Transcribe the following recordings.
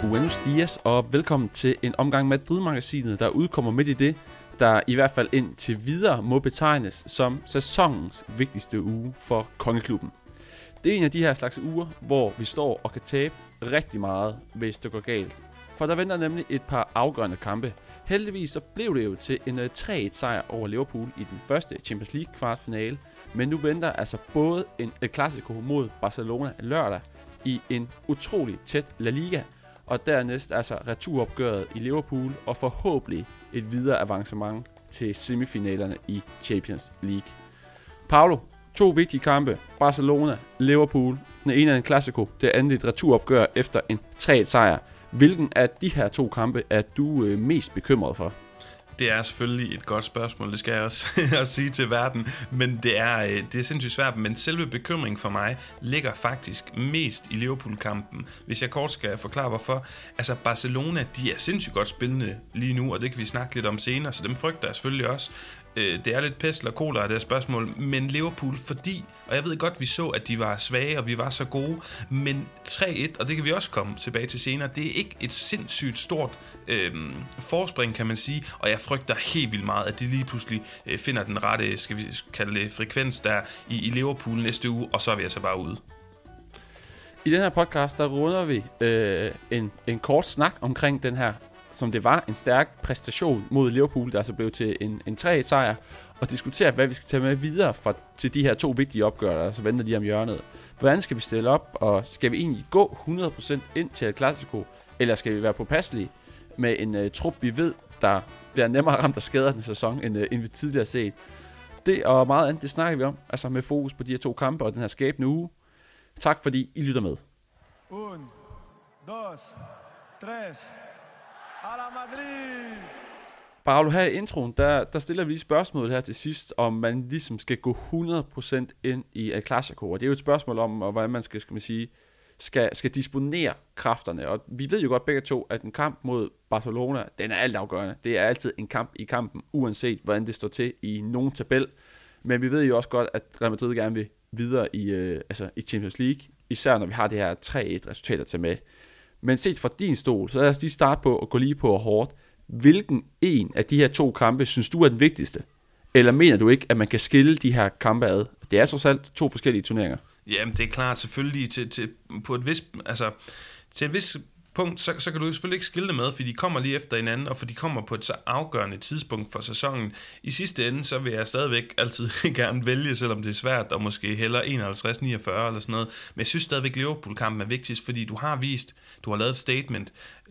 Buenos dias og velkommen til en omgang Madrid-magasinet, der udkommer midt i det, der i hvert fald indtil videre må betegnes som sæsonens vigtigste uge for Kongeklubben. Det er en af de her slags uger, hvor vi står og kan tabe rigtig meget, hvis det går galt. For der venter nemlig et par afgørende kampe. Heldigvis så blev det jo til en 3-1 sejr over Liverpool i den første Champions League kvartfinale, men nu venter altså både en El Clasico mod Barcelona lørdag i en utrolig tæt La Liga, og dernæst altså returopgøret i Liverpool og forhåbentlig et videre avancement til semifinalerne i Champions League. Paulo, 2 vigtige kampe, Barcelona, Liverpool, den ene er en Clasico, det andet et returopgør efter en 3-1 sejr. Hvilken af de her 2 kampe er du mest bekymret for? Det er selvfølgelig et godt spørgsmål, det skal jeg også sige til verden, men det er sindssygt svært, men selve bekymringen for mig ligger faktisk mest i Liverpool-kampen. Hvis jeg kort skal forklare hvorfor. Altså Barcelona, de er sindssygt godt spillende lige nu, og det kan vi snakke lidt om senere, så dem frygter jeg selvfølgelig også. Det er lidt pest eller kolera, det her spørgsmål, men Liverpool, fordi, og jeg ved godt, vi så, at de var svage, og vi var så gode, men 3-1, og det kan vi også komme tilbage til senere, det er ikke et sindssygt stort forspring, kan man sige, og jeg frygter helt vildt meget, at de lige pludselig finder den rette, skal vi kalde det, frekvens der i Liverpool næste uge, og så er vi altså bare ude. I den her podcast, der runder vi en kort snak omkring den her, som det var, en stærk præstation mod Liverpool, der altså blev til en 3-1 sejr, og diskutere, hvad vi skal tage med videre til de her 2 vigtige opgør, der altså venter lige om hjørnet. Hvordan skal vi stille op, og skal vi egentlig gå 100% ind til El Clasico, eller skal vi være påpasselige med en trup, vi ved, der bliver nemmere ramt af skader den sæson, end vi tidligere har set. Det og meget andet, det snakker vi om, altså med fokus på de her 2 kampe og den her skæbne uge. Tak fordi I lytter med. 1, 2, 3... Hala Madrid! Paolo, her i introen, der stiller vi lige spørgsmålet her til sidst, om man ligesom skal gå 100% ind i El Clasico. Og det er jo et spørgsmål om, hvordan man skal disponere kræfterne. Og vi ved jo godt begge to, at en kamp mod Barcelona, den er altafgørende. Det er altid en kamp i kampen, uanset hvordan det står til i nogen tabel. Men vi ved jo også godt, at Real Madrid gerne vil videre i Champions League, især når vi har det her 3-1 resultat at tage med. Men set fra din stol, så lad os lige starte på at gå lige på hårdt. Hvilken en af de her 2 kampe synes du er den vigtigste? Eller mener du ikke, at man kan skille de her kampe ad? Det er trods alt 2 forskellige turneringer. Jamen det er klart, selvfølgelig på et vis, altså til et vis punkt, så kan du selvfølgelig ikke skille dem med, for de kommer lige efter hinanden, og for de kommer på et så afgørende tidspunkt for sæsonen. I sidste ende, så vil jeg stadigvæk altid gerne vælge, selvom det er svært, og måske hellere 51-49 eller sådan noget. Men jeg synes stadigvæk, Liverpool-kampen er vigtigst, fordi du har vist, du har lavet et statement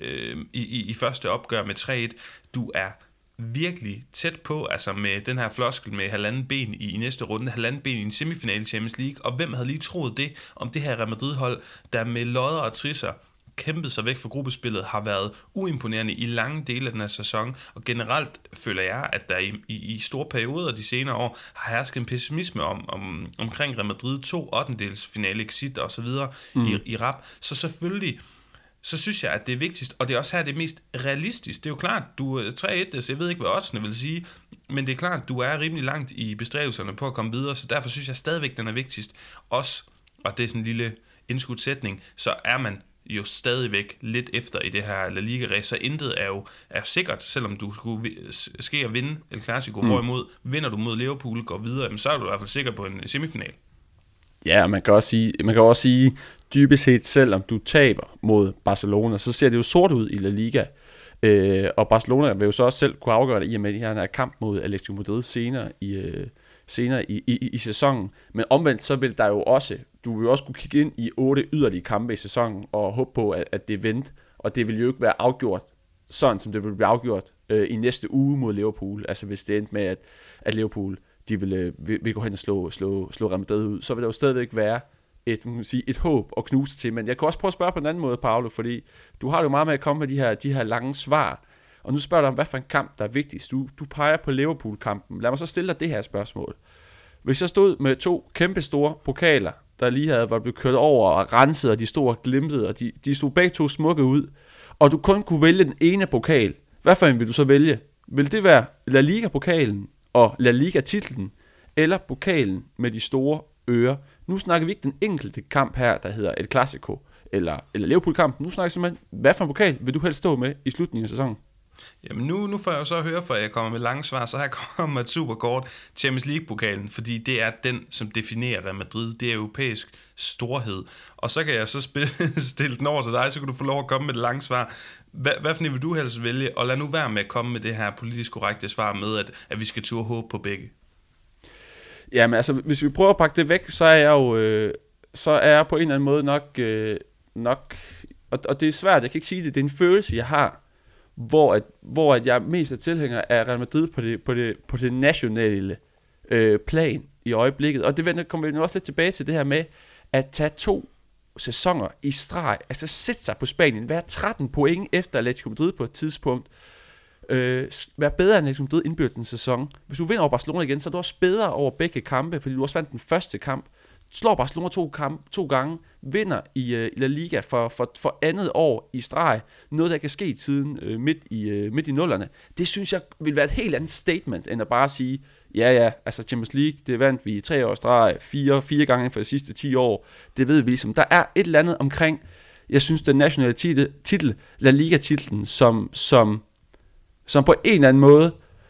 i første opgør med 3-1. Du er virkelig tæt på, altså med den her floskel med 1,5 ben i næste runde, 1,5 ben i en semifinale i Champions League, og hvem havde lige troet det om det her Real Madrid-hold, der med lodder og trisser kæmpet sig væk fra gruppespillet, har været uimponerende i lange dele af den her sæson, og generelt føler jeg, at der i store perioder de senere år har hersket en pessimisme omkring Real Madrid, 2 8-dels finale exit og så videre i rap, så selvfølgelig så synes jeg, at det er vigtigst, og det er også her det er mest realistisk. Det er jo klart, du er 3-1, så jeg ved ikke, hvad oddsene vil sige, men det er klart, du er rimelig langt i bestræbelserne på at komme videre, så derfor synes jeg stadigvæk, den er vigtigst. Også, og det er sådan en lille indskudsætning, så er man jo stadigvæk lidt efter i det her La Liga-race, så intet er sikkert, selvom du skulle ske at vinde El Clasico, hvorimod vinder du mod Liverpool, går videre, så er du i hvert fald sikker på en semifinal. Ja, man kan også sige dybest set, selvom du taber mod Barcelona, så ser det jo sort ud i La Liga. Og Barcelona vil jo så også selv kunne afgøre det, i og med at de her en kamp mod Atletico Madrid senere i sæsonen. Men omvendt, så vil der jo også, du vil jo også kunne kigge ind i 8 yderligere kampe i sæsonen, og håbe på, at det venter, og det vil jo ikke være afgjort, sådan som det vil blive afgjort i næste uge mod Liverpool. Altså hvis det endte med, at Liverpool de vil gå hen og slå Real Madrid ud, så vil der jo stadigvæk være et håb at knuse til. Men jeg kan også prøve at spørge på en anden måde, Paolo, fordi du har jo meget med at komme med de her lange svar. Og nu spørger du om, hvad for en kamp, der er vigtigst. Du peger på Liverpool-kampen. Lad mig så stille dig det her spørgsmål. Hvis jeg stod med 2 kæmpe store pokaler, der lige havde været blevet kørt over og renset, og de stod og glimtede, og de stod begge 2 smukke ud, og du kun kunne vælge den ene pokal, hvad for en vil du så vælge? Vil det være La Liga-pokalen og La Liga-titlen, eller pokalen med de store ører? Nu snakker vi ikke den enkelte kamp her, der hedder El Clasico, eller Liverpool-kampen. Nu snakker jeg simpelthen, hvad for en pokal vil du helst stå med i slutningen af sæsonen? Jamen nu får jeg jo så at høre, for jeg kommer med lange svar, så her kommer et super kort Champions League-pokalen, fordi det er den, som definerer Real Madrid. Det er europæisk storhed. Og så kan jeg så stille den over til dig, så kan du få lov at komme med det lange svar. Hvad for en vil du helst vælge? Og lad nu være med at komme med det her politisk korrekte svar med, at vi skal turde håbe på begge. Jamen altså, hvis vi prøver at pakke det væk, så er jeg jo så er jeg på en eller anden måde nok og det er svært, jeg kan ikke sige det, det er en følelse, jeg har, hvor at jeg mest er tilhænger af Real Madrid på det nationale plan i øjeblikket. Og det kommer vi nu også lidt tilbage til det her med at tage 2 sæsoner i streg, altså sætte sig på Spanien, være 13 point efter Atletico Madrid på et tidspunkt, være bedre end Atletico Madrid indbyrdet den sæson. Hvis du vinder over Barcelona igen, så er du også bedre over begge kampe, fordi du også vandt den første kamp, slår Barcelona 2 gange, vinder i La Liga for andet år i streg, noget der kan ske siden midt i nullerne. Det synes jeg vil være et helt andet statement, end at bare sige, ja, altså Champions League, det vandt vi i 3 år i streg, 4 gange for de sidste 10 år, det ved vi ligesom. Der er et eller andet omkring, jeg synes, den nationale titel, La Liga-titlen, som på en eller anden måde,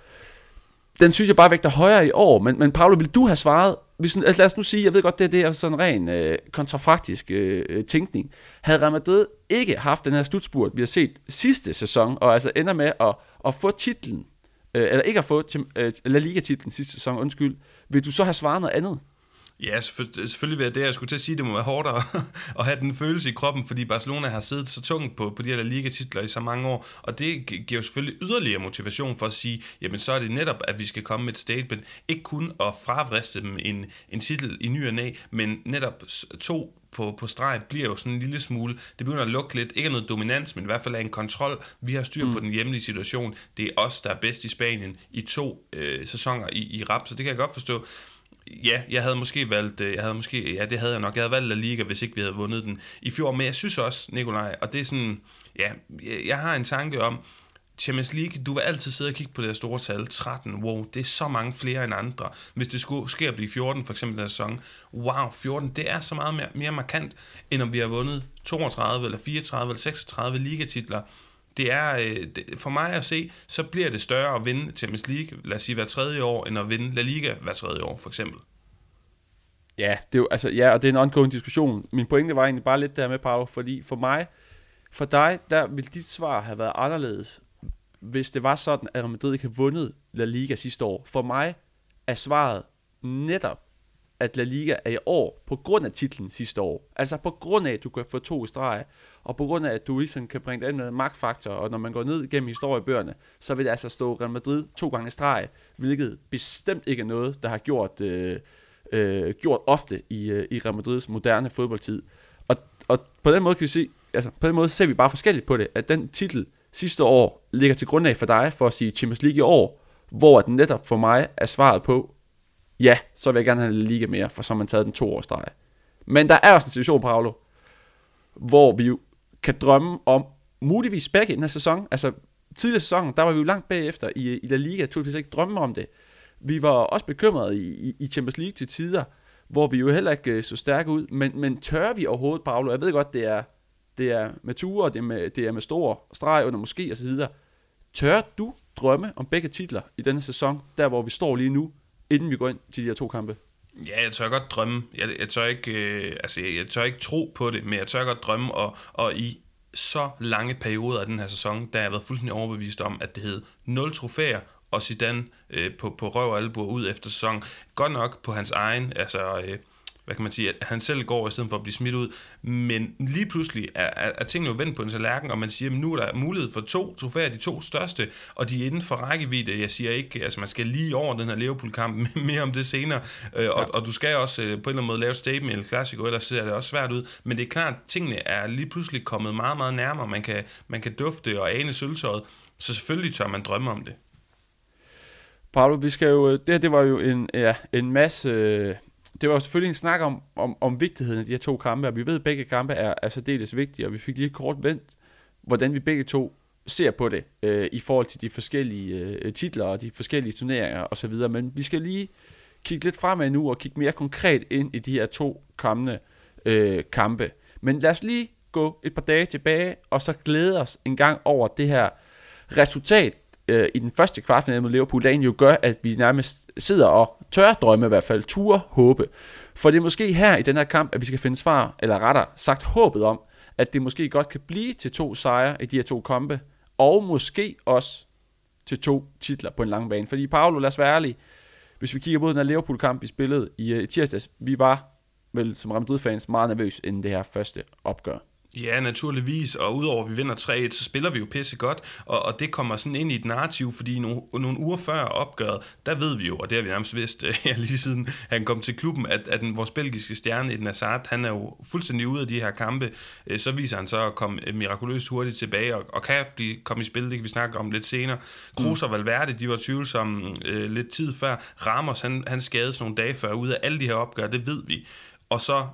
den synes jeg bare vægter højere i år, men Paolo, vil du have svaret, lad os nu sige, jeg ved godt, det er sådan en ren kontrafaktisk tænkning. Havde Real Madrid ikke haft den her slutspurt, vi har set sidste sæson, og altså ender med at få titlen, eller ikke at få La Liga-titlen sidste sæson, undskyld, vil du så have svaret noget andet? Ja, selvfølgelig vil jeg det. Jeg skulle til at sige, at det må være hårdt at have den følelse i kroppen, fordi Barcelona har siddet så tungt på de her Liga-titler i så mange år, og det giver jo selvfølgelig yderligere motivation for at sige, jamen så er det netop, at vi skal komme med et statement, ikke kun at fravriste dem en titel i ny og næ, men netop 2 på streg bliver jo sådan en lille smule, det begynder at lukke lidt, ikke noget dominans, men i hvert fald af en kontrol. Vi har styr på den hjemlige situation. Det er os, der er bedst i Spanien i 2 sæsoner i rap, så det kan jeg godt forstå. Ja, det havde jeg nok. Jeg havde valgt La Liga, hvis ikke vi havde vundet den i fjor. Men jeg synes også, Nikolaj, og det er sådan, ja, jeg har en tanke om, Champions League, du vil altid sidde og kigge på det her store tal, 13, wow, det er så mange flere end andre. Hvis det skulle ske at blive 14, for eksempel den sæson, wow, 14, det er så meget mere markant, end om vi har vundet 32, eller 34, eller 36 ligatitler. Det er, for mig at se, så bliver det større at vinde Champions League, lad os sige hver 3. år, end at vinde La Liga hver 3. år, for eksempel. Ja, det er jo, altså, ja, og det er en ongoing diskussion. Min pointe var egentlig bare lidt der med, Paolo, fordi for dig, der ville dit svar have været anderledes, hvis det var sådan, at Real Madrid ikke havde vundet La Liga sidste år. For mig er svaret netop, at La Liga er i år på grund af titlen sidste år. Altså på grund af, at du kan få 2 i streg, og på grund af, at du ligesom kan bringe det ind med magtfaktor, og når man går ned igennem historiebøgerne, så vil det altså stå Real Madrid 2 gange i streg, hvilket bestemt ikke er noget, der har gjort ofte i Real Madrids moderne fodboldtid. Og på den måde kan vi se, altså på den måde ser vi bare forskelligt på det, at den titel sidste år ligger til grundlag for dig for at sige Champions League i år, hvor den netop for mig er svaret på, ja, så vil jeg gerne have en liga mere, for så har man taget den 2 års streg. Men der er også en situation, Paolo, hvor vi jo kan drømme om muligvis begge i den her sæson. Altså tidligere sæson, der var vi jo langt bagefter i La Liga, tog vi ikke drømme om det. Vi var også bekymrede i Champions League til tider, hvor vi jo heller ikke så stærke ud, men tør vi overhovedet, Paolo? Jeg ved godt, det er med ture, det er med store streg under måske og så videre. Tør du drømme om begge titler i denne sæson, der hvor vi står lige nu, inden vi går ind til de her 2 kampe? Ja, jeg tør godt drømme. Jeg tør ikke tro på det, men jeg tør godt drømme, og i så lange perioder af den her sæson, der har jeg været fuldstændig overbevist om, at det hed 0 trofæer, og Zidane på røv og albuer ud efter sæson. Godt nok på hans egen, hvad kan man sige, at han selv går i stedet for at blive smidt ud, men lige pludselig er tingene jo vendt på en tallerken, og man siger, at nu er der mulighed for 2 trofæer, de 2 største, og de er inden for rækkevidde. Jeg siger ikke, altså man skal lige over den her Liverpool-kamp, mere om det senere, og du skal også på en eller anden måde lave et statement eller Clasico, ellers ser det også svært ud, men det er klart, at tingene er lige pludselig kommet meget, meget nærmere, man kan dufte og ane sølvtøjet, så selvfølgelig tør man drømme om det. Paolo, vi skal jo, det var jo en masse. Det var jo selvfølgelig en snak om vigtigheden af de her 2 kampe, og vi ved, at begge kampe er særdeles vigtige, og vi fik lige kort vendt, hvordan vi begge 2 ser på det, i forhold til de forskellige titler og de forskellige turneringer osv., men vi skal lige kigge lidt fremad nu, og kigge mere konkret ind i de her 2 kommende kampe. Men lad os lige gå et par dage tilbage, og så glæde os en gang over det her resultat i den første kvartfinale mod Liverpool, der egentlig jo gør, at vi nærmest sidder og tør drømme i hvert fald, turde håbe. For det er måske her i den her kamp, at vi skal finde svar, eller rettere sagt håbet om, at det måske godt kan blive til 2 sejre i de her 2 kampe, og måske også til 2 titler på en lang bane. Fordi Paolo, lad os være ærlige, hvis vi kigger på den her Liverpool-kamp, vi spillede i tirsdags, vi var vel som Real Madrid-fans meget nervøs inden det her første opgør. Ja, naturligvis, og udover at vi vinder 3-1, så spiller vi jo pisse godt, og det kommer sådan ind i et narrativ, fordi nogle uger før opgøret, der ved vi jo, og det har vi nærmest vidst lige siden han kom til klubben, at vores belgiske stjerne Eden Hazard, han er jo fuldstændig ude af de her kampe, så viser han så at komme mirakuløst hurtigt tilbage, og kan komme i spil, det kan vi snakke om lidt senere. Kroos og Valverde, de var tvivlsomme lidt tid før. Ramos, han skadede nogle dage før, ude af alle de her opgør, det ved vi. Og så...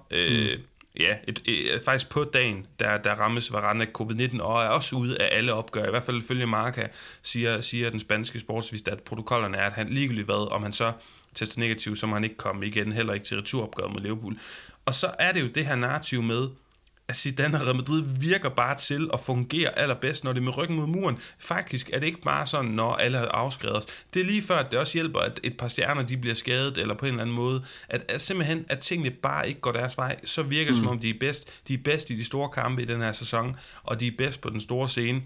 Ja, faktisk på dagen, der rammes Varane covid-19, og er også ude af alle opgør. I hvert fald følge Marca, siger den spanske sportsvis, at protokollerne er, at han ligegyldigt hvad, om han så tester negativ, så må han ikke komme igen, heller ikke til returopgøret mod Liverpool. Og så er det jo det her narrativ med, at Zidane og Real Madrid virker bare til at fungere allerbedst, når det er med ryggen mod muren. Faktisk er det ikke bare sådan, når alle har afskrevet os. Det er lige før, at det også hjælper, at et par stjerner de bliver skadet, eller på en eller anden måde, at simpelthen, at tingene bare ikke går deres vej, så virker det som om, de er bedst. De er bedst i de store kampe i den her sæson, og de er bedst på den store scene.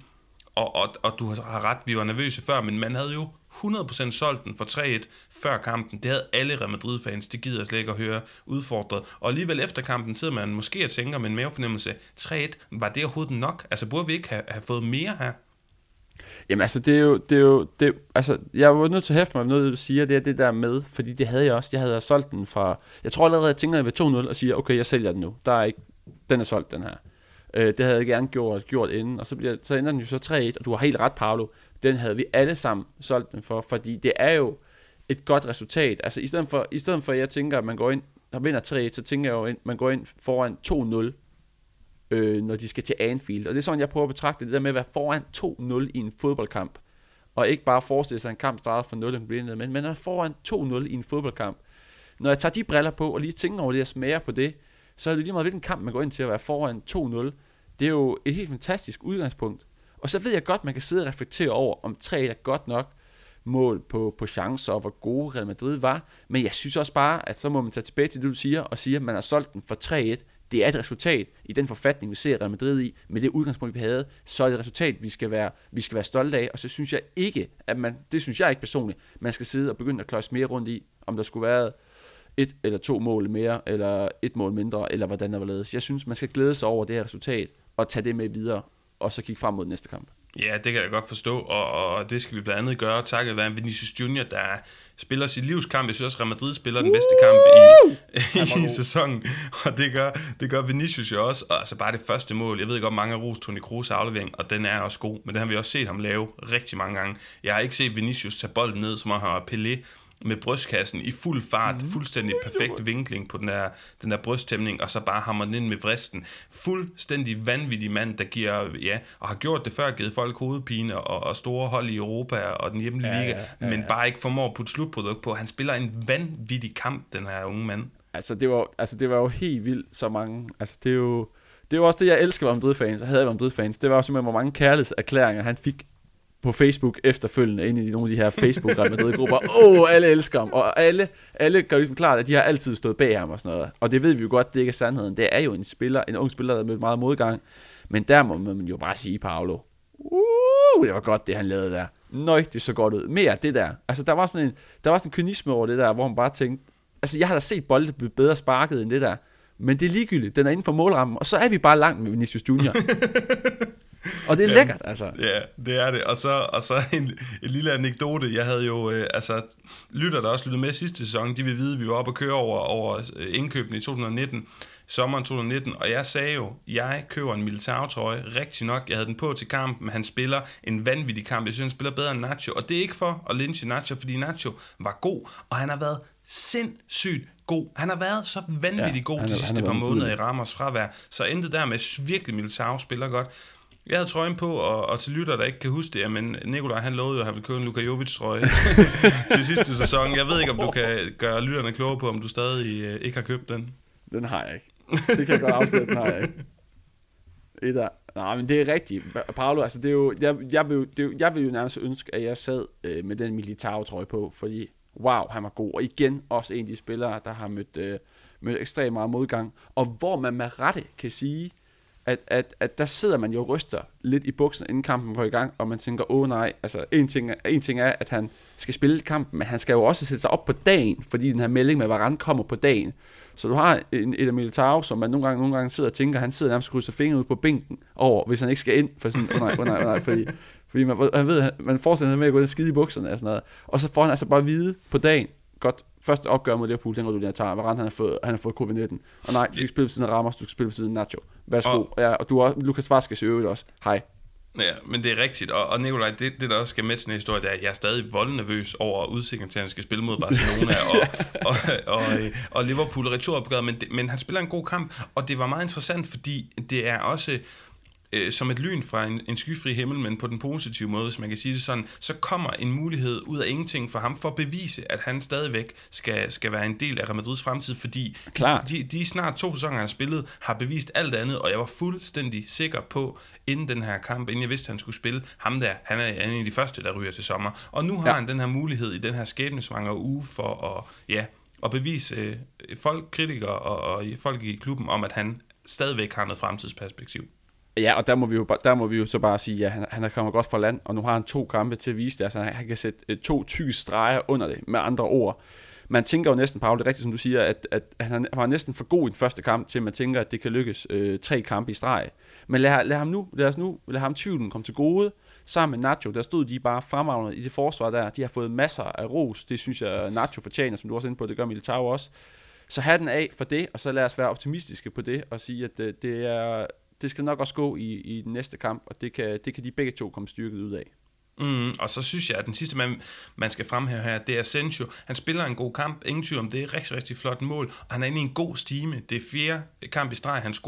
Og du har ret, vi var nervøse før, men man havde jo 100% solgt den for 3-1 før kampen. Det havde alle Real Madrid-fans, det gider jeg slet ikke at høre udfordret. Og alligevel efter kampen sidder man måske og tænker med en mavefornemmelse, 3-1, var det overhovedet nok? Altså burde vi ikke have fået mere her? Jamen altså, det er jo altså, jeg var nødt til at hæfte mig med noget, du siger, det er det der med, fordi det havde jeg også. Jeg havde solgt den fra, jeg tror allerede, jeg tænker ved 2-0 og siger, okay, jeg sælger den nu. Den er solgt, den her. Det havde jeg gerne gjort inden, og så ender den jo så 3-1, og du har helt ret, Paolo. Den havde vi alle sammen solgt den for, fordi det er jo et godt resultat. Altså i stedet for at jeg tænker, at man går ind og vinder 3-1, så tænker jeg jo, at man går ind foran 2-0, når de skal til Anfield. Og det er sådan, jeg prøver at betragte det der med at være foran 2-0 i en fodboldkamp. Og ikke bare forestille sig, at en kamp starter fra 0, men man er foran 2-0 i en fodboldkamp. Når jeg tager de briller på og lige tænker over det og smager på det, så er det lige meget, hvilken kamp man går ind til at være foran 2-0. Det er jo et helt fantastisk udgangspunkt. Og så ved jeg godt, man kan sidde og reflektere over, om 3 er godt nok mål på chancer, og hvor gode Real Madrid var. Men jeg synes også bare, at så må man tage tilbage til det, du siger, og sige, at man har solgt den for 3-1. Det er et resultat i den forfatning, vi ser Real Madrid i, med det udgangspunkt, vi havde. Så er det et resultat, vi skal være stolte af. Og så synes jeg ikke, det synes jeg ikke personligt, man skal sidde og begynde at kløjse mere rundt i, om der skulle være 1 eller 2 mål mere, eller 1 mål mindre, eller hvordan der var lavet. Jeg synes, man skal glæde sig over det her resultat, og tage det med videre, og så kigge frem mod næste kamp. Ja, det kan jeg godt forstå, og det skal vi blandt andet gøre, takket være Vinicius Junior, der spiller sit livskamp. Jeg synes også, Real Madrid spiller den bedste kamp i sæsonen, og det gør Vinicius jo også. Og altså bare det første mål, jeg ved godt, mange har rost Toni Kroos aflevering, og den er også god, men det har vi også set ham lave rigtig mange gange. Jeg har ikke set Vinicius tage bolden ned, som har Pelé, med brystkassen i fuld fart, fuldstændig perfekt vinkling på den der brysttæmning, og så bare hammer den ind med vristen. Fuldstændig vanvittig mand, der giver, og har gjort det før, givet folk hovedpine og store hold i Europa og den hjemlige liga, men bare ikke formår at putte slutprodukt på. Han spiller en vanvittig kamp, den her unge mand. Altså det var jo helt vildt så mange. Altså det er jo også det, jeg elsker ved Madrid-fans, og havde ved Madrid-fans. Det var jo simpelthen, hvor mange kærlighedserklæringer han fik på Facebook efterfølgende inde i nogle af de her Facebook-Real Madrid-grupper. Alle elsker ham, og alle gør ligesom klart, at de har altid stået bag ham og sådan noget. Og det ved vi jo godt, det ikke er sandheden. Det er jo en ung spiller, der med meget modgang. Men der må man jo bare sige, Paolo, det var godt, det han lavede der. Nøj, det så godt ud. Mere det der. Altså, der var sådan en kynisme over det der, hvor man bare tænkte, altså, jeg har da set bolde blive bedre sparket end det der. Men det er ligegyldigt. Den er inden for målrammen, og så er vi bare langt med Vinicius Junior. Og det er lækkert, altså. Ja, det er det. Og så en lille anekdote. Jeg havde jo, lytter, der også lyttede med sidste sæson, de vil vide, at vi var oppe og køre over indkøben i 2019, sommeren 2019, og jeg sagde jo, jeg køber en Militao-trøje, rigtig nok, jeg havde den på til kampen, han spiller en vanvittig kamp, jeg synes, han spiller bedre end Nacho, og det er ikke for at lynche Nacho, fordi Nacho var god, og han har været sindssygt god. Han har været så vanvittigt god de sidste par måneder i Ramos fravær, så endte der med virkelig Militao spiller godt. Jeg havde trøjen på, og til lytter, der ikke kan huske det, men Nikolaj, han lovede jo, at han ville købe en Luka Jovic-trøje til sidste sæson. Jeg ved ikke, om du kan gøre lytterne klogere på, om du stadig ikke har købt den. Den har jeg ikke. Det kan jeg godt afsløre, den har jeg ikke. Nej, men det er rigtigt, Paolo. Altså, det er jo, jeg vil jo nærmest ønske, at jeg sad med den Militao-trøje på, fordi wow, han var god. Og igen, også en af de spillere, der har mødt ekstremt meget modgang. Og hvor man med rette kan sige, at der sidder man jo og ryster lidt i bukserne, inden kampen går i gang, og man tænker, nej, altså en ting er, at han skal spille kampen, men han skal jo også sætte sig op på dagen, fordi den her melding med Varane kommer på dagen. Så du har et Militao, som man nogle gange sidder og tænker, han sidder nærmest og krydser fingre ud på bænken over, hvis han ikke skal ind, for sådan, nej, fordi man ved, man forestiller sig med at gå ind og skide i bukserne og sådan noget. Og så får han altså bare vide på dagen, godt, første opgør mod Liverpool, den du tager. Varane, han har fået covid-19. Og nej, du skal ikke spille ved siden af Ramos, du skal spille ved siden af Nacho. Værsgo. Og du også, Lucas Vazquez i øvrigt også. Hej. Ja, men det er rigtigt. Og Nikolaj, det der også skal med til en historie, det er, at jeg er stadig voldnervøs over udsigten til, at han skal spille mod Barcelona og Liverpool returopgøret, men han spiller en god kamp, og det var meget interessant, fordi det er også som et lyn fra en skyfri himmel, men på den positive måde, hvis man kan sige det sådan, så kommer en mulighed ud af ingenting for ham for at bevise, at han stadigvæk skal være en del af Real Madrids fremtid, fordi de snart 2 sæsoner, han har spillet, har bevist alt andet, og jeg var fuldstændig sikker på, inden den her kamp, inden jeg vidste, at han skulle spille, han er en af de første, der ryger til sommer. Og nu har han den her mulighed i den her skæbnesvangre uge for at bevise kritikere og folk i klubben om, at han stadigvæk har noget fremtidsperspektiv. Ja, og der må vi jo så bare sige, at han er kommet godt fra land, og nu har han 2 kampe til at vise det, altså han kan sætte 2 tykke streger under det, med andre ord. Man tænker jo næsten, Paul, det er rigtigt, som du siger, at han var næsten for god i den første kamp, til man tænker, at det kan lykkes 3 kampe i streg. Men lad ham tvivlen komme til gode, sammen med Nacho, der stod de bare fremragende i det forsvar der, de har fået masser af ros, det synes jeg Nacho fortjener, som du også er inde på, det gør Militao også. Så have den af for det, og så lad os være optimistiske på det, og sige, at det skal nok også gå i den næste kamp, og det kan de begge 2 komme styrket ud af. Og så synes jeg, at den sidste man skal fremhæve her, det er Asensio. Han spiller en god kamp, ingen tvivl om det, er rigtig, rigtig flot mål, og han er inde i en god stime. Det er 4. kamp i streg, han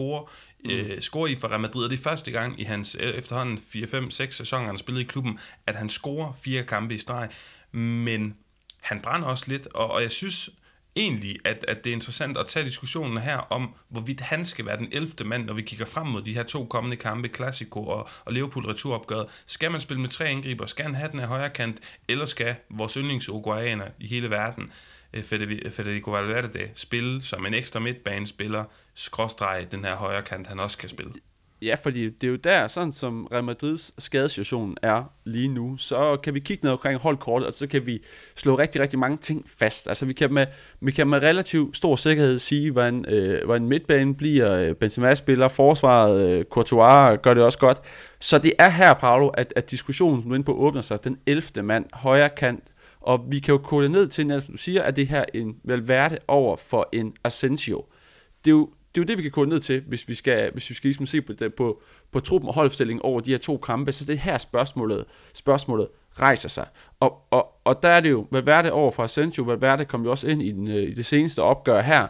scorer i for Real Madrid, og det er første gang i hans efterhånden 4-5-6 sæsoner, han har spillet i klubben, at han scorer 4 kampe i streg. Men han brænder også lidt, og jeg synes egentlig, at det er interessant at tage diskussionen her om, hvorvidt han skal være den 11. mand, når vi kigger frem mod de her 2 kommende kampe, Clasico og Liverpool returopgøret. Skal man spille med 3 angriber? Skal han have den af højre kant? Eller skal vores yndlingsuruguayaner i hele verden, Federico Valverde, spille som en ekstra midtbanespiller, skråstreg den her højre kant, han også kan spille? Ja, fordi det er jo der, sådan som Real Madrids skadesituation er lige nu, så kan vi kigge ned omkring holdkortet, og så kan vi slå rigtig, rigtig mange ting fast. Altså vi kan med relativt stor sikkerhed sige, hvordan midtbanen bliver, Benzema spiller, forsvaret, Courtois gør det også godt. Så det er her, Paolo, at diskussionen nu inde på åbner sig, den 11. mand, højre kant, og vi kan jo kode ned til, når du siger, at det her en Valverde over for en Asensio. Det er jo det, vi kan gå ned til, hvis vi skal ligesom se på truppen og holdopstillingen over de her 2 kampe. Så det er her spørgsmålet rejser sig. Og der er det jo, Valverde over for Asensio. Valverde kom jo også ind i det seneste opgør her,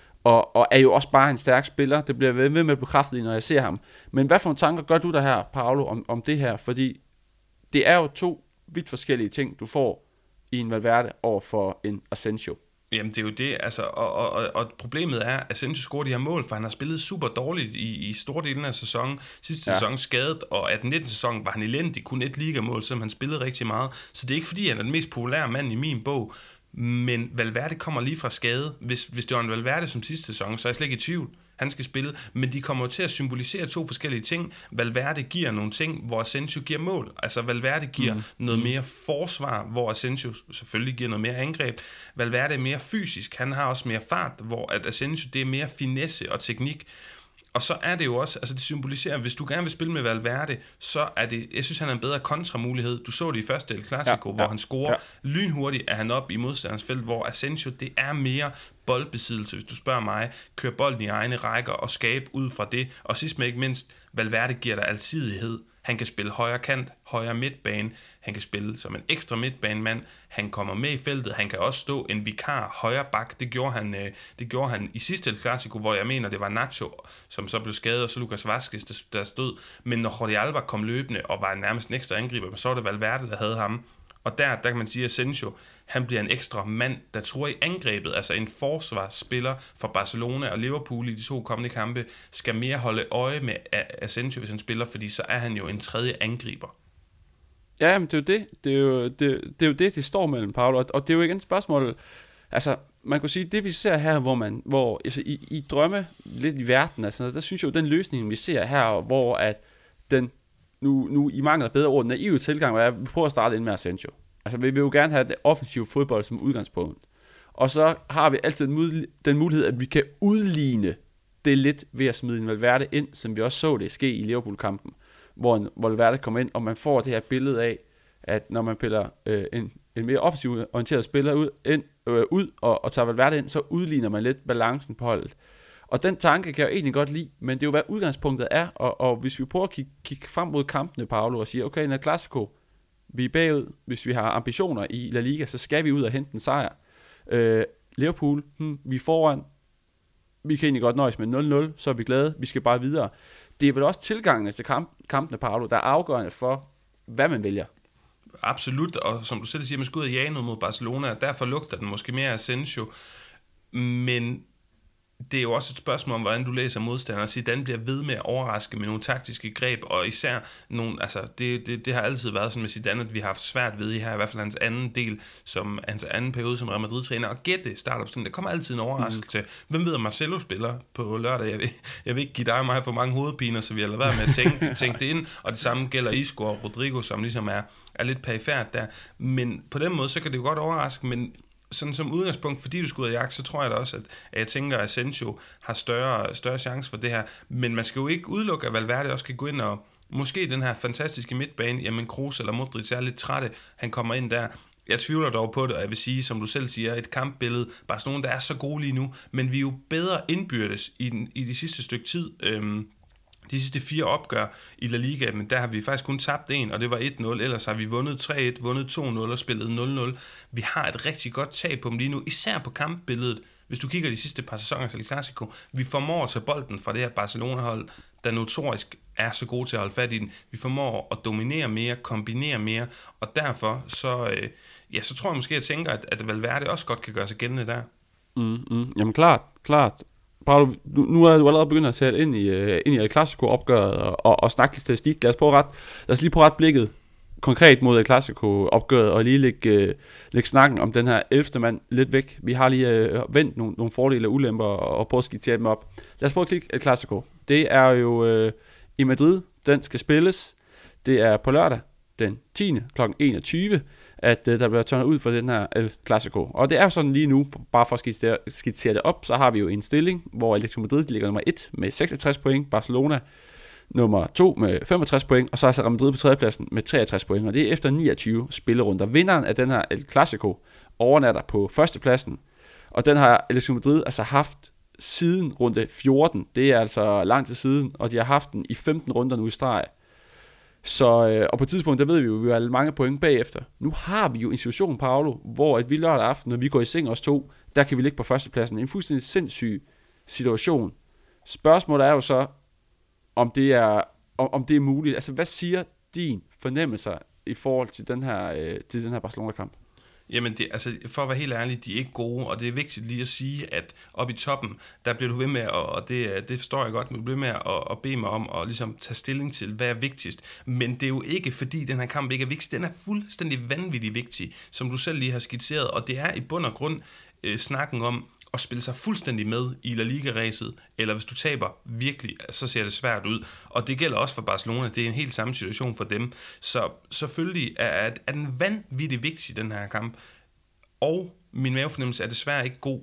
og er jo også bare en stærk spiller. Det bliver ved med at bekræfte, når jeg ser ham. Men hvad for nogle tanker gør du der her, Paolo, om det her? Fordi det er jo 2 vidt forskellige ting, du får i en Valverde over for en Asensio. Jamen det er jo det, altså, og problemet er, at Asensio scorer de her mål, for han har spillet super dårligt i store dele af sæsonen. Sidste sæson skadet, og 18-19 sæsonen var han elendig, kun 1 ligamål, selvom han spillede rigtig meget. Så det er ikke fordi, han er den mest populære mand i min bog, men Valverde kommer lige fra skade. Hvis det var en Valverde som sidste sæson, så er jeg slet ikke i tvivl. Han skal spille, men de kommer til at symbolisere 2 forskellige ting. Valverde giver nogle ting, hvor Asensio giver mål. Altså Valverde giver noget mere forsvar, hvor Asensio selvfølgelig giver noget mere angreb. Valverde er mere fysisk, han har også mere fart, hvor at Asensio det er mere finesse og teknik. Og så er det jo også, altså det symboliserer, hvis du gerne vil spille med Valverde, så er det, jeg synes han er en bedre kontramulighed. Du så det i første del Clasico, hvor han scorer lynhurtigt, er han op i modstanders felt, hvor Asensio, det er mere boldbesiddelse, hvis du spørger mig, køre bolden i egne rækker og skabe ud fra det. Og sidst men ikke mindst, Valverde giver dig alsidighed. Han kan spille højre kant, højre midtbane, han kan spille som en ekstra midtbanemand, han kommer med i feltet, han kan også stå en vikar højre bak, det gjorde han i sidste El Clasico, hvor jeg mener, det var Nacho, som så blev skadet, og så Lucas Vazquez, der stod, men når Jordi Alba kom løbende og var nærmest en ekstra angriber, så var det Valverde, der havde ham, Og der kan man sige, at Asensio, han bliver en ekstra mand, der tror i angrebet, altså en forsvarsspiller for Barcelona og Liverpool i de 2 kommende kampe, skal mere holde øje med Asensio, hvis han spiller, fordi så er han jo en tredje angriber. Ja, men det er jo det. Det er jo det står mellem, Paolo. Og det er jo igen et spørgsmål. Altså, man kunne sige, det vi ser her, hvor altså, i drømme lidt i verden, altså, der synes jeg jo, den løsning, vi ser her, hvor at den, nu i mangel af bedre ord, naive tilgang, er, at vi prøver at starte ind med Asensio. Altså, vi vil jo gerne have det offensive fodbold som udgangspunkt. Og så har vi altid den mulighed, at vi kan udligne det lidt ved at smide en Valverde ind, som vi også så det ske i Liverpool-kampen, hvor Valverde kommer ind, og man får det her billede af, at når man piller en mere offensivt orienteret spiller ud og tager Valverde ind, så udligner man lidt balancen på holdet. Og den tanke kan jeg jo egentlig godt lide, men det er jo, hvad udgangspunktet er, og hvis vi prøver at kigge frem mod kampene, Paolo, og siger, okay, en Clasico, vi er bagud, hvis vi har ambitioner i La Liga, så skal vi ud og hente en sejr. Liverpool, vi er foran, vi kan egentlig godt nøjes med 0-0, så er vi glade, vi skal bare videre. Det er vel også tilgangene til kampene, Paolo, der er afgørende for, hvad man vælger. Absolut, og som du selv siger, man skal ud og jage noget mod Barcelona, og derfor lugter den måske mere Asensio, men det er jo også et spørgsmål om, hvordan du læser modstandere. Zidane bliver ved med at overraske med nogle taktiske greb, og især nogle, altså det har altid været sådan med Zidane, at vi har haft svært ved i her, i hvert fald hans anden del, som hans anden periode som Real Madrid-træner, og gætte startopstillingen. Der kommer altid en overraskelse. Hvem ved, at Marcelo spiller på lørdag? Jeg vil ikke give dig og mig for mange hovedpiner, så vi har lavet være med at tænke det ind, og det samme gælder Isco og Rodrigo, som ligesom er lidt perifært der. Men på den måde, så kan det jo godt overraske, men sådan som udgangspunkt, fordi du skal ud af jagt, så tror jeg da også, at jeg tænker, at Asensio har større chance for det her. Men man skal jo ikke udelukke, at Valverde også kan gå ind og måske den her fantastiske midtbane, jamen Kroos eller Modric er lidt trætte, han kommer ind der. Jeg tvivler dog på det, og jeg vil sige, som du selv siger, et kampbillede, Barcelona, der er så gode lige nu, men vi er jo bedre indbyrdes i de sidste stykke tid. De sidste 4 opgør i La Liga, men der har vi faktisk kun tabt 1, og det var 1-0. Ellers har vi vundet 3-1, vundet 2-0 og spillet 0-0. Vi har et rigtig godt tag på dem lige nu, især på kampbilledet. Hvis du kigger de sidste par sæsoner til Clasico, vi formår at tage bolden fra det her Barcelona-hold, der notorisk er så gode til at holde fat i den. Vi formår at dominere mere, kombinere mere, og derfor så tror jeg måske, at jeg tænker, at Valverde også godt kan gøre sig gældende der. Jamen klart. Paolo, nu er du allerede begyndt at tale ind i El Clasico-opgøret og snakke lidt statistik. Lad os lige på ret blikket konkret mod El Clasico-opgøret og lige lægge snakken om den her 11. mand lidt væk. Vi har lige vendt nogle fordele og ulemper og prøvet at skitsere dem op. Lad os prøve at klikke El Clasico. Det er jo i Madrid, den skal spilles. Det er på lørdag den 10. kl. 21, at der bliver tørnet ud for den her El Clasico. Og det er jo sådan lige nu, bare for at skitsere det op, så har vi jo en stilling, hvor Atletico Madrid ligger nummer 1 med 66 point, Barcelona nummer 2 med 65 point, og så er Real Madrid på tredjepladsen med 63 point, og det er efter 29 spillerunder. Vinderen af den her El Clasico overnatter på førstepladsen, og den har Atletico Madrid altså haft siden runde 14. Det er altså lang tid siden, og de har haft den i 15 runder nu i streg. Så, og på et tidspunkt, der ved vi jo, at vi har mange point bagefter. Nu har vi jo en situation, Paolo, hvor at vi lørdag aften, når vi går i seng os 2, der kan vi ligge på førstepladsen. En fuldstændig sindssyg situation. Spørgsmålet er jo så, om det er muligt. Altså, hvad siger din fornemmelser i forhold til den her Barcelona-kamp? Jamen, for at være helt ærlig, de er ikke gode, og det er vigtigt lige at sige, at oppe i toppen, der bliver du ved med, og det forstår jeg godt, men du bliver med at bede mig om at ligesom tage stilling til, hvad er vigtigst. Men det er jo ikke, fordi den her kamp ikke er vigtig. Den er fuldstændig vanvittig vigtig, som du selv lige har skitseret, og det er i bund og grund snakken om at spille sig fuldstændig med i La Liga-ræset, eller hvis du taber virkelig, så ser det svært ud. Og det gælder også for Barcelona, det er en helt samme situation for dem. Så selvfølgelig er den vanvittigt vigtig, den her kamp. Og min mavefornemmelse er desværre ikke god.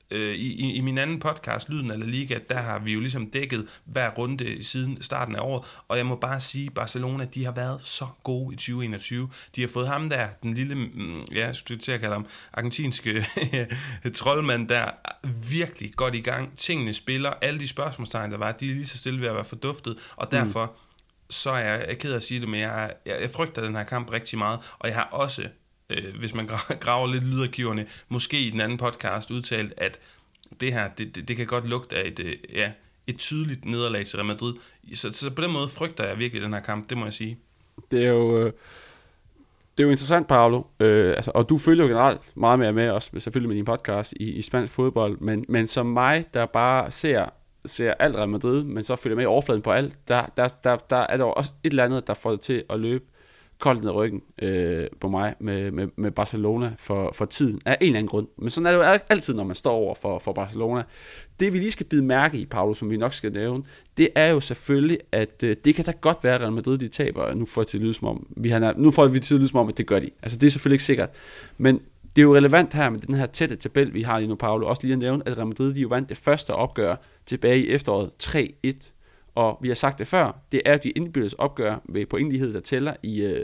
I min anden podcast, Lyden af La Liga, der har vi jo ligesom dækket hver runde siden starten af året, og jeg må bare sige, Barcelona, de har været så gode i 2021. De har fået ham der, den lille, jeg skulle til at kalde ham, argentinske troldmand der, virkelig godt i gang. Tingene spiller, alle de spørgsmålstegn, der var, de er lige så stille ved at være forduftet, og derfor så er jeg ked af at sige det, men jeg frygter den her kamp rigtig meget, og jeg har også hvis man graver lidt lydarkiverne, måske i den anden podcast udtalt, at det her, det kan godt lugte af et tydeligt nederlag til Real Madrid. Så på den måde frygter jeg virkelig den her kamp, det må jeg sige. Det er jo Det er jo interessant, Paolo, og du følger jo generelt meget mere med, også selvfølgelig med din podcast i spansk fodbold, men som mig, der bare ser alt Real Madrid, men så følger med i overfladen på alt, der er der også et eller andet, der får det til at løbe koldt ned ryggen på mig med Barcelona for tiden, af en eller anden grund. Men sådan er det jo altid, når man står over for Barcelona. Det vi lige skal bide mærke i, Paolo, som vi nok skal nævne, det er jo selvfølgelig, at det kan da godt være, at Real Madrid de taber. Nu får vi til at lyde som om, at det gør de. Altså det er selvfølgelig ikke sikkert. Men det er jo relevant her med den her tætte tabel, vi har lige nu, Paolo. Også lige at nævne, at Real Madrid de jo vandt det første opgør tilbage i efteråret 3-1. Og vi har sagt det før, det er de indbyrdes opgør ved pointlighed, der tæller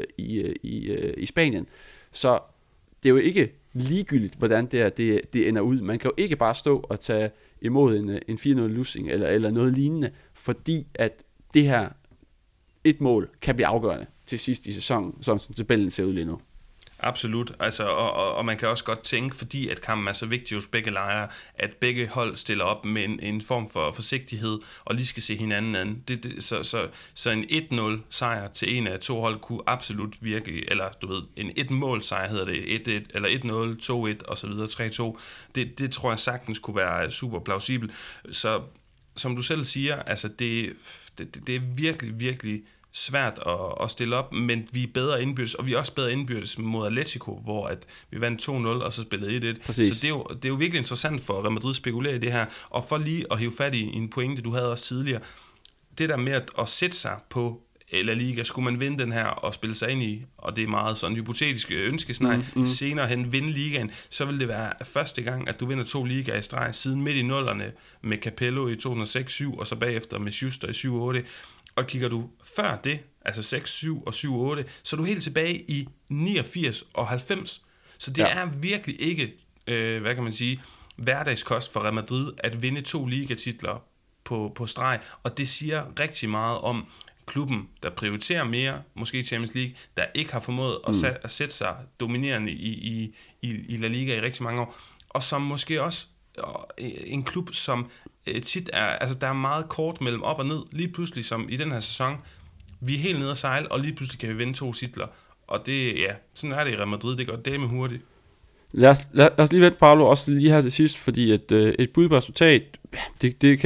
i Spanien. Så det er jo ikke ligegyldigt, hvordan det ender ud. Man kan jo ikke bare stå og tage imod en 4-0-losing eller noget lignende, fordi at det her et mål kan blive afgørende til sidst i sæsonen, sådan som tabellen ser ud lige nu. Absolut, altså, og man kan også godt tænke, fordi at kampen er så vigtig hos begge lejre, at begge hold stiller op med en form for forsigtighed, og lige skal se hinanden an. Så en 1-0 sejr til en af to hold kunne absolut virke, eller du ved, en 1-mål sejr hedder det, 1-1, eller 1-0, 2-1 og så videre, 3-2. Det tror jeg sagtens kunne være super plausibelt. Så som du selv siger, altså det er virkelig, virkelig svært at stille op, men vi er bedre indbyrdes, og vi er også bedre indbyrdes mod Atletico, hvor at vi vandt 2-0, og så spillede 1-1. Præcis. Så det er jo virkelig interessant for Real Madrid at spekulere i det her, og for lige at hive fat i en pointe, du havde også tidligere, det der med at sætte sig på La Liga, skulle man vinde den her og spille sig ind i, og det er meget sådan hypotetisk ønskesnej, senere hen vinde ligaen, så vil det være første gang, at du vinder 2 ligaer i streg, siden midt i nullerne med Capello i 2006-7, og så bagefter med Schuster i 7-8. Og kigger du før det, altså 6-7 og 7-8, så er du helt tilbage i 89 og 90. Så det er virkelig ikke, hvad kan man sige, hverdagskost for Real Madrid at vinde 2 ligatitler på streg. Og det siger rigtig meget om klubben, der prioriterer mere, måske Champions League, der ikke har formået at sætte sig dominerende i La Liga i rigtig mange år. Og som måske også en klub, som tit er, altså der er meget kort mellem op og ned, lige pludselig som i den her sæson, vi er helt nede at sejle, og lige pludselig kan vi vinde 2 titler, og det, ja, sådan er det i Real Madrid, det går dame hurtigt. Lad os lige vente, Paolo, også lige her til sidst, fordi et bud på resultat, det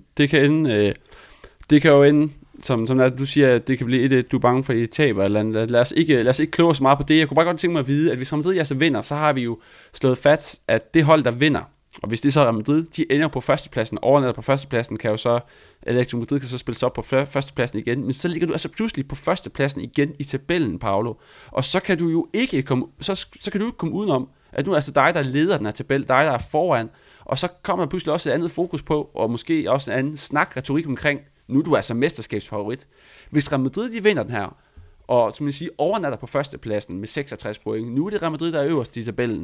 kan jo ende, som du siger, at det kan blive du er bange for, at I taber, eller andet. Lad os ikke kloge så meget på det. Jeg kunne bare godt tænke mig at vide, at hvis Real Madrid altså vinder, så har vi jo slået fast, at det hold, der vinder, og hvis det så er Real Madrid, de ender på førstepladsen, overnatter på førstepladsen, kan jo så, Atletico Madrid kan så spille sig op på førstepladsen igen, men så ligger du altså pludselig på førstepladsen igen i tabellen, Paolo, og så kan du jo ikke komme, så kan du ikke komme udenom, at nu er altså dig, der leder den her tabel, dig, der er foran, og så kommer der pludselig også et andet fokus på, og måske også en anden retorik omkring, nu er du altså mesterskabsfavorit. Hvis Real Madrid, de vinder den her, og som jeg siger, overnatter på førstepladsen med 66 point, nu er det Real Madrid, der er øverst i tabellen,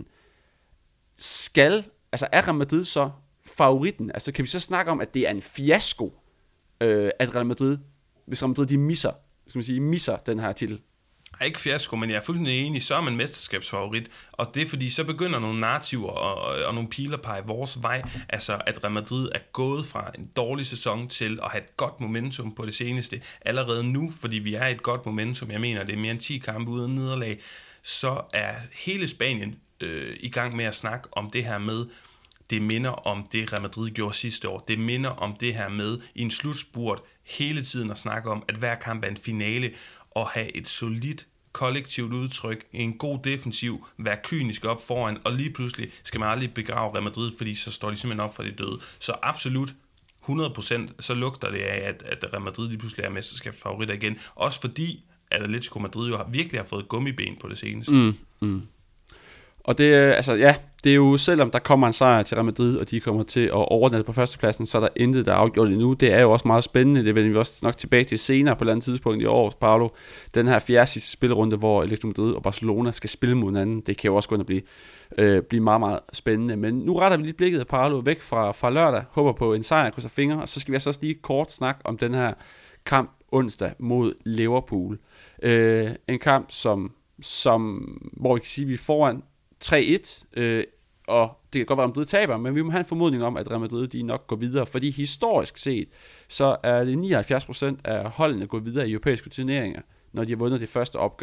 altså er Real Madrid så favoritten? Altså kan vi så snakke om, at det er en fiasko, at Real Madrid, hvis Real Madrid de misser den her titel? Ikke fiasko, men jeg er fuldstændig enig, så er man mesterskabsfavorit, og det er fordi, så begynder nogle narrativer og nogle piler pege vores vej, altså at Real Madrid er gået fra en dårlig sæson til at have et godt momentum på det seneste, allerede nu, fordi vi er i et godt momentum, jeg mener, det er mere end 10 kampe uden nederlag, så er hele Spanien i gang med at snakke om det her med, det minder om det Real Madrid gjorde sidste år, det minder om det her med i en slutspurt hele tiden at snakke om, at hver kamp er en finale, og have et solidt kollektivt udtryk, en god defensiv, være kynisk op foran, og lige pludselig skal man aldrig begrave Real Madrid, fordi så står de simpelthen op for de døde. Så absolut 100%, så lugter det af, at Real Madrid lige pludselig er mesterskabsfavoritter igen. Også fordi, at Atletico Madrid jo virkelig har fået gummiben på det seneste. Og det er jo, selvom der kommer en sejr til Real Madrid, og de kommer til at overnatte på førstepladsen, så er der intet, der er afgjort endnu. Det er jo også meget spændende, det vender vi også nok tilbage til senere på et eller andet tidspunkt i år, Paolo. Den her fjerde sidste spillerunde, hvor Atletico Madrid og Barcelona skal spille mod hinanden, det kan jo også gå ind at blive meget, meget spændende. Men nu retter vi lige blikket, Paolo, væk fra lørdag, håber på en sejr, krydser fingre, og så skal vi altså også lige kort snakke om den her kamp onsdag mod Liverpool. En kamp, hvor vi kan sige, at vi er foran 3-1, og det kan godt være, at Real Madrid taber, men vi må have en formodning om, at Real Madrid de nok går videre, fordi historisk set, så er det 79% af holdene gået videre i europæiske turneringer, når de har vundet det første opgør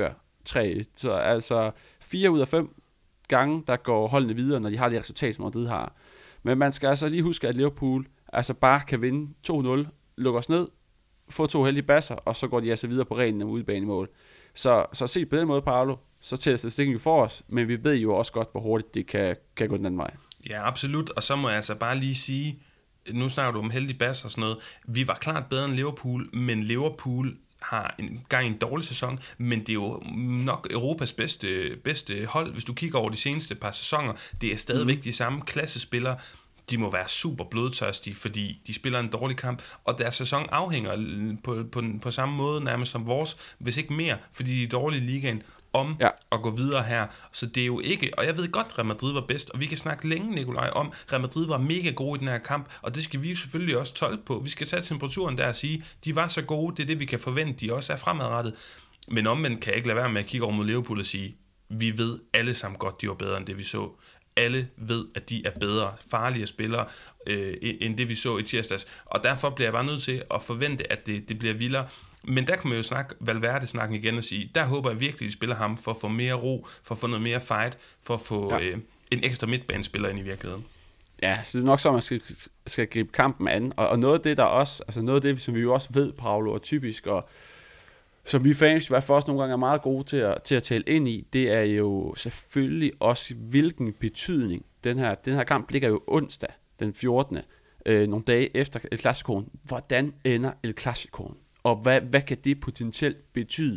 3-1. Så altså 4 ud af 5 gange, der går holdene videre, når de har det resultat, som Madrid har. Men man skal altså lige huske, at Liverpool altså bare kan vinde 2-0, lukke os ned, få 2 heldige basser, og så går de altså videre på reglen af udebanemål. Så set på den måde, Paolo, så tæller statistikken jo for os, men vi ved jo også godt, hvor hurtigt det kan gå den anden vej. Ja, absolut, og så må jeg altså bare lige sige, nu snakker du om heldige basser og sådan noget, vi var klart bedre end Liverpool, men Liverpool har en dårlig sæson, men det er jo nok Europas bedste hold, hvis du kigger over de seneste par sæsoner. Det er stadigvæk de samme klassespillere. De må være super blodtørstige, fordi de spiller en dårlig kamp, og deres sæson afhænger på samme måde nærmest som vores, hvis ikke mere, fordi de er dårlige i ligaen, om at gå videre her. Så det er jo ikke, og jeg ved godt, at Real Madrid var bedst, og vi kan snakke længe, Nikolaj, om, at Real Madrid var mega gode i den her kamp, og det skal vi jo selvfølgelig også tolke på. Vi skal tage temperaturen der og sige, de var så gode, det er det, vi kan forvente, de også er fremadrettet. Men omvendt kan jeg ikke lade være med at kigge over mod Liverpool og sige, vi ved alle sammen godt, de var bedre end det, vi så. Alle ved, at de er bedre, farligere spillere, end det vi så i tirsdags. Og derfor bliver jeg bare nødt til at forvente, at det bliver vildere. Men der kan man jo snakke Valverde-snakken igen og sige, der håber jeg virkelig, at de spiller ham for at få mere ro, for at få noget mere fight, for at få en ekstra midtbanespiller ind i virkeligheden. Ja, så det er nok så, man skal gribe kampen an. Og noget af det, der også, altså noget af det, som vi jo også ved, Paolo, er typisk, og som vi fans i hvert fald også nogle gange er meget gode til at tale ind i, det er jo selvfølgelig også, hvilken betydning den her kamp ligger jo onsdag den 14. Nogle dage efter El Clasicoen. Hvordan ender El Clasicoen? Og hvad kan det potentielt betyde?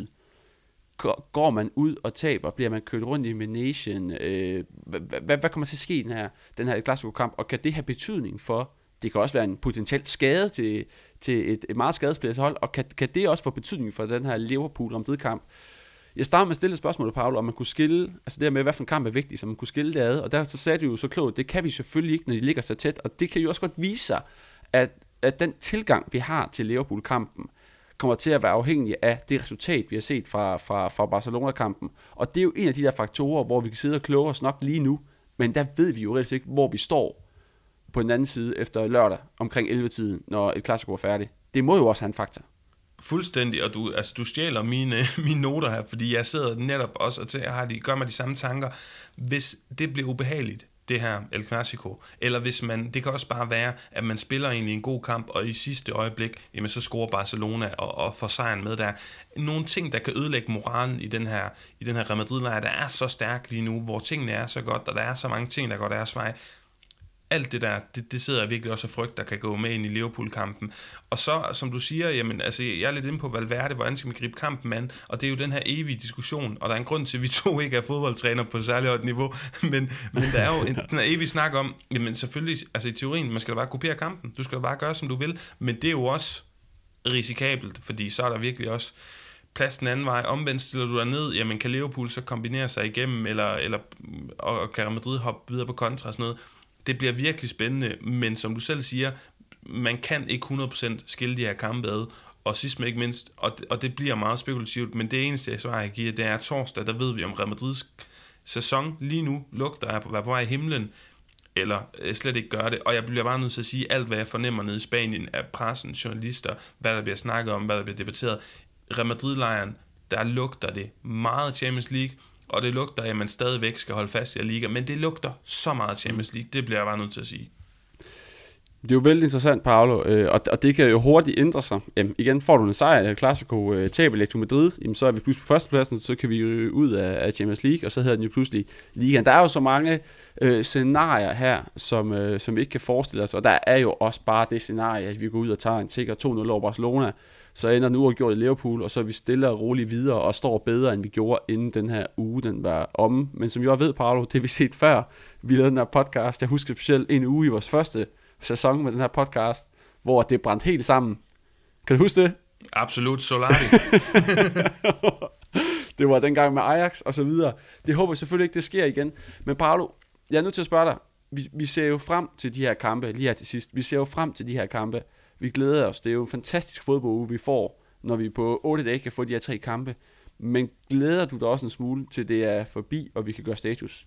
Går man ud og taber? Bliver man kørt rundt i managen? Hvad kommer til at ske i den her El Clasico-kamp? Og kan det have betydning for, det kan også være en potentiel skade til et meget skadespillet hold, og kan det også få betydning for den her Liverpool-Madrid-kamp? Jeg starter med at stille et spørgsmål, Paolo, om man kunne skille, altså det her med, hvad for en kamp er vigtig, så man kunne skille det ad, og der så sagde du jo så klogt, det kan vi selvfølgelig ikke, når de ligger så tæt, og det kan jo også godt vise sig, at den tilgang, vi har til Liverpool-kampen, kommer til at være afhængig af det resultat, vi har set fra Barcelona-kampen, og det er jo en af de der faktorer, hvor vi kan sidde og kloge os nok lige nu, men der ved vi jo reelt ikke, hvor vi står på den anden side efter lørdag omkring 11-tiden, når et Clasico er færdigt. Det må jo også have en faktor. Fuldstændig, og du stjæler mine noter her, fordi jeg sidder netop også og gør mig de samme tanker. Hvis det bliver ubehageligt, det her El Clasico, eller hvis det kan også bare være, at man spiller egentlig en god kamp, og i sidste øjeblik, jamen så scorer Barcelona og får sejren med der. Nogle ting, der kan ødelægge moralen i den her Real Madrid-lejr, der er så stærk lige nu, hvor tingene er så godt, og der er så mange ting, der går deres vej. Alt det der, det sidder jeg virkelig også og frygt, der kan gå med ind i Liverpool-kampen. Og så, som du siger, jamen, altså, jeg er lidt inde på Valverde, hvordan skal man gribe kampen an? Og det er jo den her evige diskussion, og der er en grund til, at vi to ikke er fodboldtræner på et særligt højt niveau, men der er jo den her evige snak om, jamen selvfølgelig, altså i teorien, man skal da bare kopiere kampen, du skal da bare gøre, som du vil, men det er jo også risikabelt, fordi så er der virkelig også plads den anden vej. Omvendt stiller du dig ned, jamen kan Liverpool så kombinere sig igennem, og kan Madrid hoppe videre på kontra og sådan noget. Det bliver virkelig spændende, men som du selv siger, man kan ikke 100% skille de her kampe ad, og sidst men ikke mindst, og det bliver meget spekulativt, men det eneste svar, jeg giver, det er torsdag, der ved vi om Real Madrids sæson lige nu lugter af at være på vej i himlen, eller slet ikke gøre det, og jeg bliver bare nødt til at sige, alt hvad jeg fornemmer nede i Spanien af pressen, journalister, hvad der bliver snakket om, hvad der bliver debatteret. Real Madrid-lejren, der lugter det meget Champions League, og det lugter, at man stadigvæk skal holde fast i liga, men det lugter så meget Champions League, det bliver jeg bare nødt til at sige. Det er jo vældig interessant, Paolo, og det kan jo hurtigt ændre sig. Igen, får du en sejr, Clasico taber Atletico Madrid, så er vi pludselig på førstepladsen, så kan vi jo ud af Champions League, og så hedder den jo pludselig ligaen. Der er jo så mange scenarier her, som vi ikke kan forestille os, og der er jo også bare det scenarie, at vi går ud og tager en sikker 2-0 over Barcelona, så ender nu uafgjort i Liverpool, og så er vi stille og roligt videre, og står bedre, end vi gjorde, inden den her uge, den var omme. Men som jeg ved, Paolo, det vi set før, vi lavede den her podcast, jeg husker specielt en uge i vores første sæson med den her podcast, hvor det brændte helt sammen. Kan du huske det? Absolut, Solari. Det var dengang med Ajax og så videre. Det håber jeg selvfølgelig ikke, det sker igen. Men Paolo, jeg er nødt til at spørge dig, vi ser jo frem til de her kampe, lige her til sidst, vi ser jo frem til de her kampe. Vi glæder os. Det er jo en fantastisk fodbolduge, vi får, når vi på 8 dage kan få de her 3 kampe. Men glæder du dig også en smule til det er forbi, og vi kan gøre status?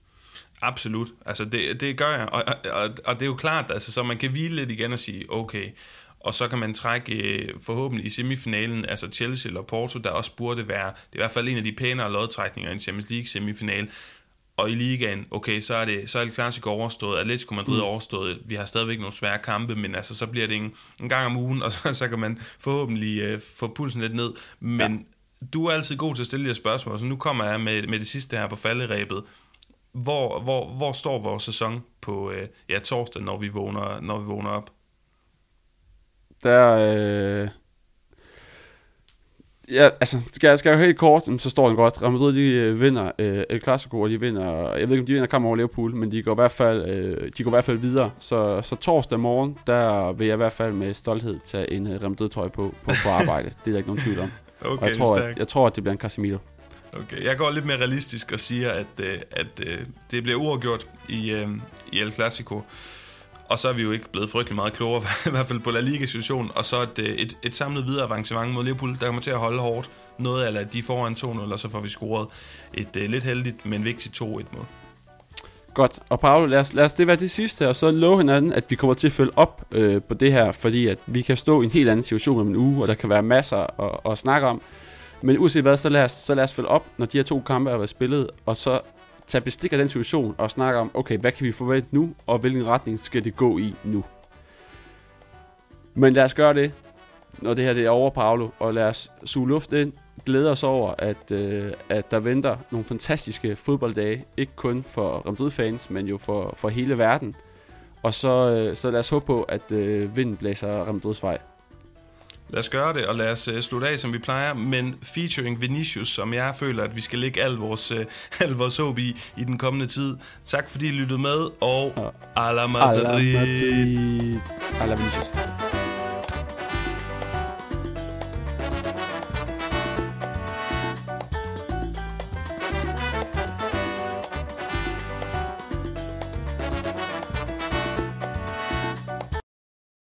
Absolut. Altså det gør jeg. Og det er jo klart, altså, så man kan hvile lidt igen og sige, okay, og så kan man trække forhåbentlig i semifinalen, altså Chelsea eller Porto, der også burde være, det er i hvert fald en af de pænere lodtrækninger i en Champions League semifinal. Og i ligaen, okay, så er El Clasico overstået, Atletico Madrid overstået, vi har stadigvæk nogle svære kampe, men altså så bliver det en gang om ugen, og så kan man forhåbentlig få pulsen lidt ned. Men du er altid god til at stille de spørgsmål, så nu kommer jeg med det sidste her på falderebet. Hvor står vores sæson på torsdag, når vi vågner op? Der ja, altså, skal jeg helt kort, så står den godt. Real Madrid, de vinder El Clasico, og de vinder, jeg ved ikke, om de vinder kampen over Liverpool, men de går i hvert fald videre. Så torsdag morgen, der vil jeg i hvert fald med stolthed tage en Real Madrid-trøje på arbejde. Det er der ikke nogen tvivl om. Okay, og jeg tror, at det bliver en Casemiro. Okay, jeg går lidt mere realistisk og siger, at det bliver uafgjort i El Clasico. Og så er vi jo ikke blevet frygtelig meget klogere, i hvert fald på La Liga-situationen. Og så et samlet videre avancement mod Liverpool, der kommer til at holde hårdt. Noget af de foran 2-0, og så får vi scoret et lidt heldigt, men vigtigt 2-1-mål. Godt, og Paolo, lad os det være det sidste, og så love hinanden, at vi kommer til at følge op på det her, fordi at vi kan stå i en helt anden situation om en uge, og der kan være masser at snakke om. Men uanset hvad, så lad os følge op, når de her 2 kampe har været spillet, og så tage bestik af den situation og snakke om, okay, hvad kan vi forvente nu, og hvilken retning skal det gå i nu. Men lad os gøre det, når det her det er over, Paolo, og lad os suge luft ind, glæde os over, at der venter nogle fantastiske fodbolddage, ikke kun for Real Madrid-fans, men jo for hele verden. Og så lad os håbe på, at vinden blæser Real Madrids vej. Lad os gøre det, og lad os slutte af, som vi plejer, men featuring Vinicius, som jeg føler, at vi skal lægge al vores håb i den kommende tid. Tak fordi I lyttede med, og à la Madrid. À la Vinicius.